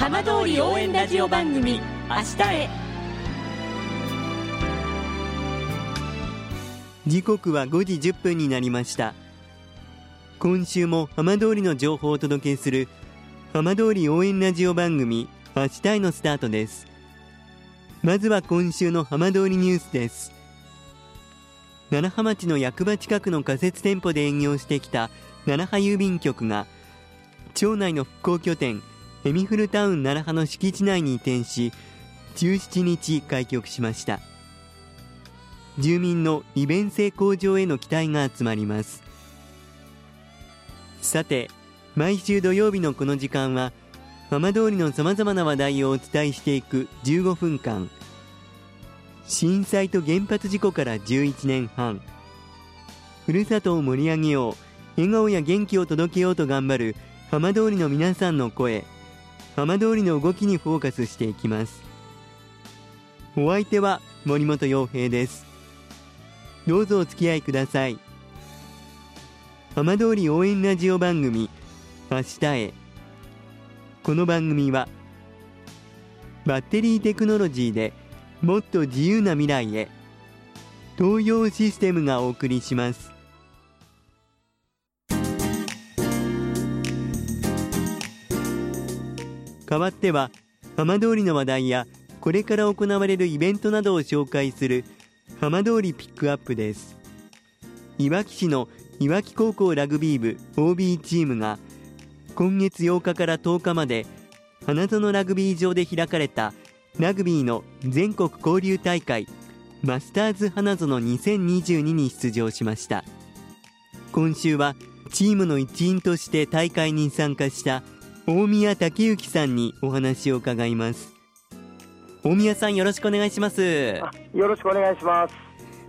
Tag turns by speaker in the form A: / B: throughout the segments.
A: 浜通り応援ラジオ番組明日へ。
B: 時刻は5時10分になりました。今週も浜通りの情報をお届けする浜通り応援ラジオ番組明日へのスタートです。まずは今週の浜通りニュースです。楢葉町の役場近くの仮設店舗で営業してきた楢葉郵便局が町内の復興拠点エミフルタウン楢葉の敷地内に移転し17日開局しました。住民の利便性向上への期待が集まります。さて、毎週土曜日のこの時間は浜通りのさまざまな話題をお伝えしていく15分間。震災と原発事故から11年半、ふるさとを盛り上げよう、笑顔や元気を届けようと頑張る浜通りの皆さんの声、浜通りの動きにフォーカスしていきます。お相手は森本洋平です。どうぞお付き合いください。浜通り応援ラジオ番組明日へ。この番組はバッテリーテクノロジーでもっと自由な未来へ、東洋システムがお送りします。代わっては浜通りの話題やこれから行われるイベントなどを紹介する浜通りピックアップです。いわき市のいわき高校ラグビー部 OB チームが今月8日から10日まで花園ラグビー場で開かれたラグビーの全国交流大会マスターズ花園2022に出場しました。今週はチームの一員として大会に参加した大宮武之さんにお話を伺います。大宮さん、よろしくお願いします。
C: よろしくお願いします。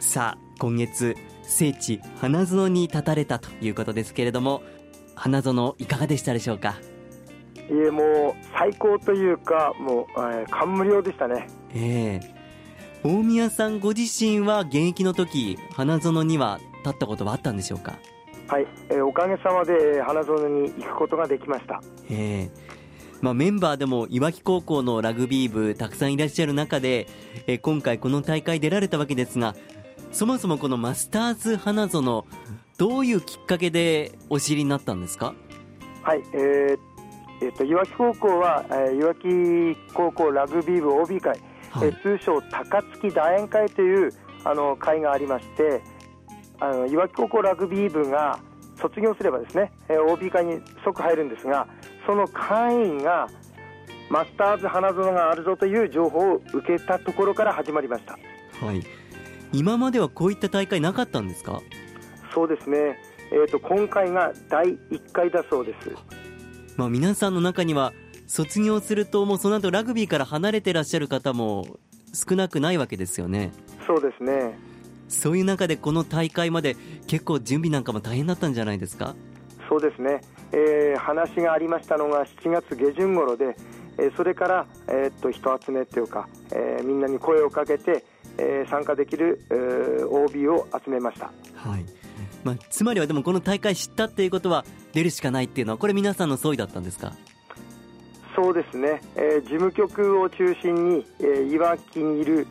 B: さあ、今月聖地花園に立たれたということですけれども、花園いかがでしたでしょうか？
C: もう最高というか、もう、感無量でしたね。
B: 大宮さんご自身は現役の時花園には立ったことはあったんでしょうか？
C: はい、おかげさまで花園に行くことができました。
B: メンバーでもいわき高校のラグビー部たくさんいらっしゃる中で、今回この大会出られたわけですが、そもそもこのマスターズ花園、どういうきっかけでお知りになったんですか？
C: はい、いわき高校は、いわき高校ラグビー部 OB 会、通称高槻楕円会という会がありまして、いわき高校ラグビー部が卒業すればですね、OB 会に即入るんですが、その会員がマスターズ花園があるぞという情報を受けたところから始まりました。
B: はい、今まではこういった大会なかったんですか？
C: そうですね、今回が第1回だそうです。
B: 皆さんの中には卒業するともうその後ラグビーから離れてらっしゃる方も少なくないわけですよね。
C: そうですね。
B: そういう中でこの大会まで結構準備なんかも大変だったんじゃないですか？
C: そうですね、話がありましたのが7月下旬頃で、それから、人集めというか、みんなに声をかけて、参加できる、OB を集めました。
B: はい、つまりはでもこの大会知ったっていうことは出るしかないっていうのは、これ皆さんの総意だったんですか？
C: そうですね、事務局を中心に、いわきにいる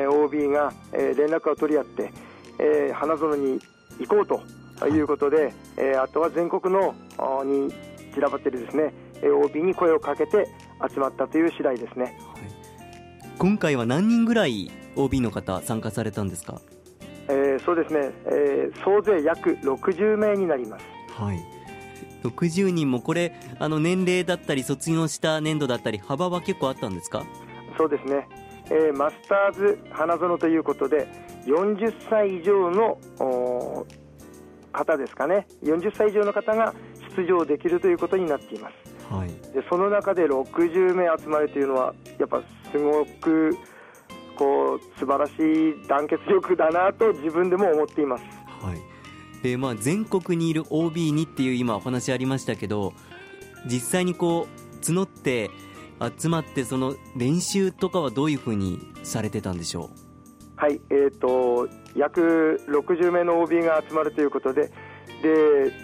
C: OB が、連絡を取り合って、花園に行こうということで、あとは全国のに散らばっているですね、OB に声をかけて集まったという次第ですね。はい、
B: 今回は何人ぐらい OB の方参加されたんですか？
C: そうですね、総勢約60名になります。
B: はい、60人もこれ年齢だったり卒業した年度だったり幅は結構あったんですか？
C: そうですね、マスターズ花園ということで40歳以上の方ですかね、40歳以上の方が出場できるということになっています。はい、でその中で60名集まるというのはやっぱすごく素晴らしい団結力だなと自分でも思っています。
B: はい、全国にいる OB にっていう今お話ありましたけど、実際に募って集まってその練習とかはどういうふうにされてたんでしょう？
C: はい、約60名の OB が集まるということで、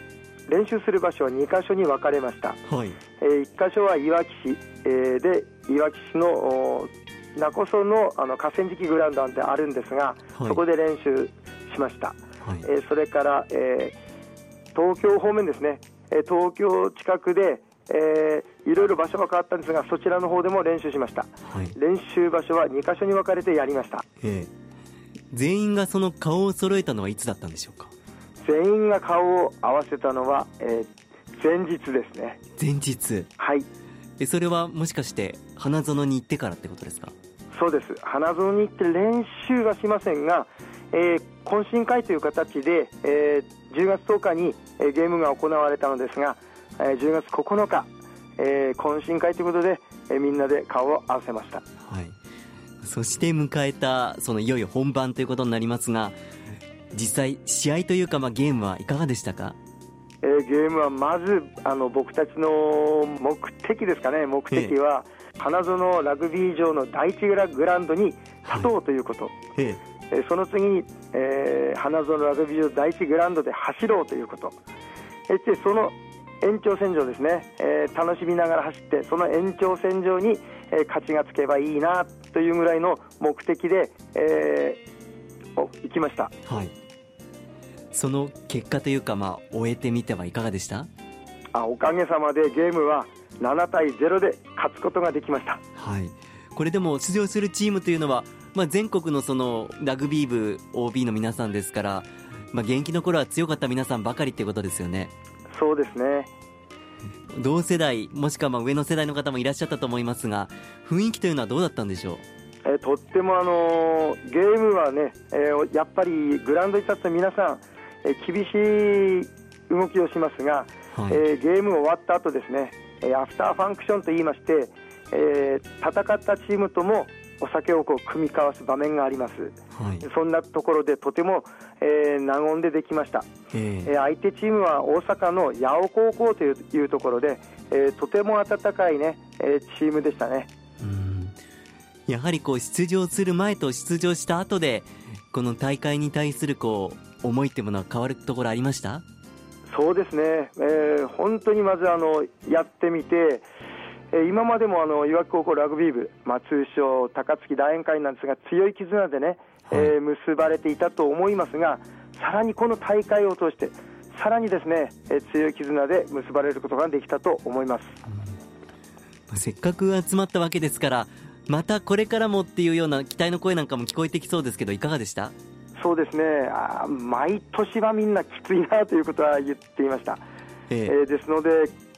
C: 練習する場所は2カ所に分かれました。
B: はい。
C: 1カ所はいわき市、でいわき市の勿来の河川敷グラウンドであるんですが、
B: はい、
C: そこで練習しました。
B: はい。
C: それから、東京方面ですね、東京近くで、いろいろ場所が変わったんですが、そちらの方でも練習しました。
B: はい、
C: 練習場所は2カ所に分かれてやりました。
B: 全員がその顔を揃えたのはいつだったんでしょうか？
C: 全員が顔を合わせたのは、前日ですね。
B: 前日。
C: はい。
B: それはもしかして花園に行ってからってことですか？
C: そうです。花園に行って練習はしませんが、懇親会という形で、10月10日に、ゲームが行われたのですが、10月9日、懇親会ということで、みんなで顔を合わせました。
B: はい。そして迎えたそのいよいよ本番ということになりますが、実際試合というか、ゲームはいかがでしたか？
C: ゲームはまず僕たちの目的ですかね。目的は、花園ラグビー場の第一グラウンドに立とうということ、その次に、花園ラグビー場第一グラウンドで走ろうということ、でその延長線上ですね、楽しみながら走って、その延長線上に、勝ちがつけばいいなというぐらいの目的で、行きました。
B: はい。その結果というか、終えてみてはいかがでした？
C: おかげさまでゲームは7対0で勝つことができました。
B: はい。これでも出場するチームというのは、全国のそのラグビー部 OB の皆さんですから、現役の頃は強かった皆さんばかりってことですよね。そうですね。同世代もしくは上の世代の方もいらっしゃったと思いますが、雰囲気というのはどうだったんでしょう？
C: とってもゲームはね、やっぱりグラウンドに立つ皆さん、厳しい動きをしますが、はい、ゲーム終わった後ですね、アフターファンクションといいまして、戦ったチームともお酒を組み交わす場面があります。はい、そんなところでとても、和んでできました。相手チームは大阪の八尾高校というところで、とても温かいね、チームでしたね。
B: やはり出場する前と出場した後でこの大会に対する思いっていうものは変わるところありました？
C: そうですね、本当にまずやってみて、今までもいわき高校ラグビー部、通称高槻楕円会なんですが、強い絆でね、結ばれていたと思いますが、さらにこの大会を通してさらにですね、強い絆で結ばれることができたと思います。
B: せっかく集まったわけですから、またこれからもっていうような期待の声なんかも聞こえてきそうですけど、いかがでした？そうですね、毎年はみんなきついなということは言っていました。ですので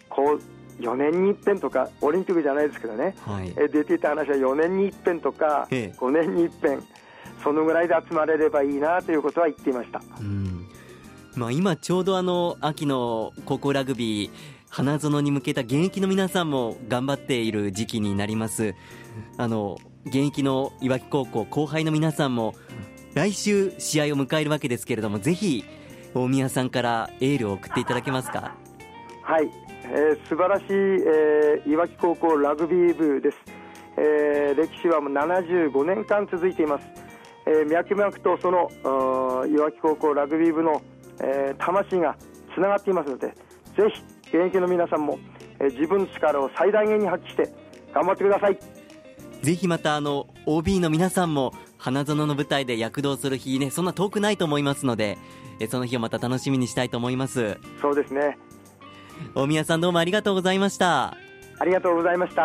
B: 4年に一遍とか、オリンピックじゃないですけどね、はい、出ていた話は4年に一遍とか、5年に一遍、そのぐらいで集まれればいいなということは言っていました。 今ちょうど秋の高校ラグビー花園に向けた現役の皆さんも頑張っている時期になります。現役のいわき高校後輩の皆さんも来週試合を迎えるわけですけれども、ぜひ大宮さんからエールを送っていただけますか？
C: はい、素晴らしい、いわき高校ラグビー部です。歴史はもう75年間続いています。脈々とそのいわき高校ラグビー部の、魂がつながっていますので、ぜひ現役の皆さんも、自分の力を最大限に発揮して頑張ってください。
B: ぜひまたOB の皆さんも花園の舞台で躍動する日ね、そんな遠くないと思いますので、その日をまた楽しみにしたいと思います。
C: そうですね。
B: 大宮さん、どうもありがとうございました。
C: ありがとうございました。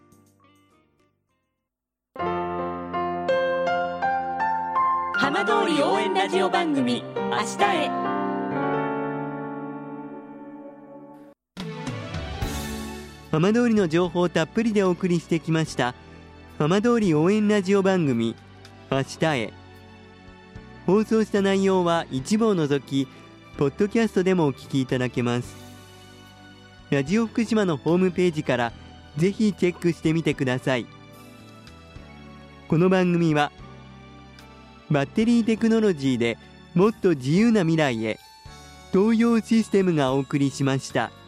A: 浜通り応援ラジオ番組、明日へ。
B: 浜通りの情報をたっぷりでお送りしてきました浜通り応援ラジオ番組、明日へ。放送した内容は一部を除きポッドキャストでもお聞きいただけます。ラジオ福島のホームページからぜひチェックしてみてください。この番組はバッテリーテクノロジーでもっと自由な未来へ、東洋システムがお送りしました。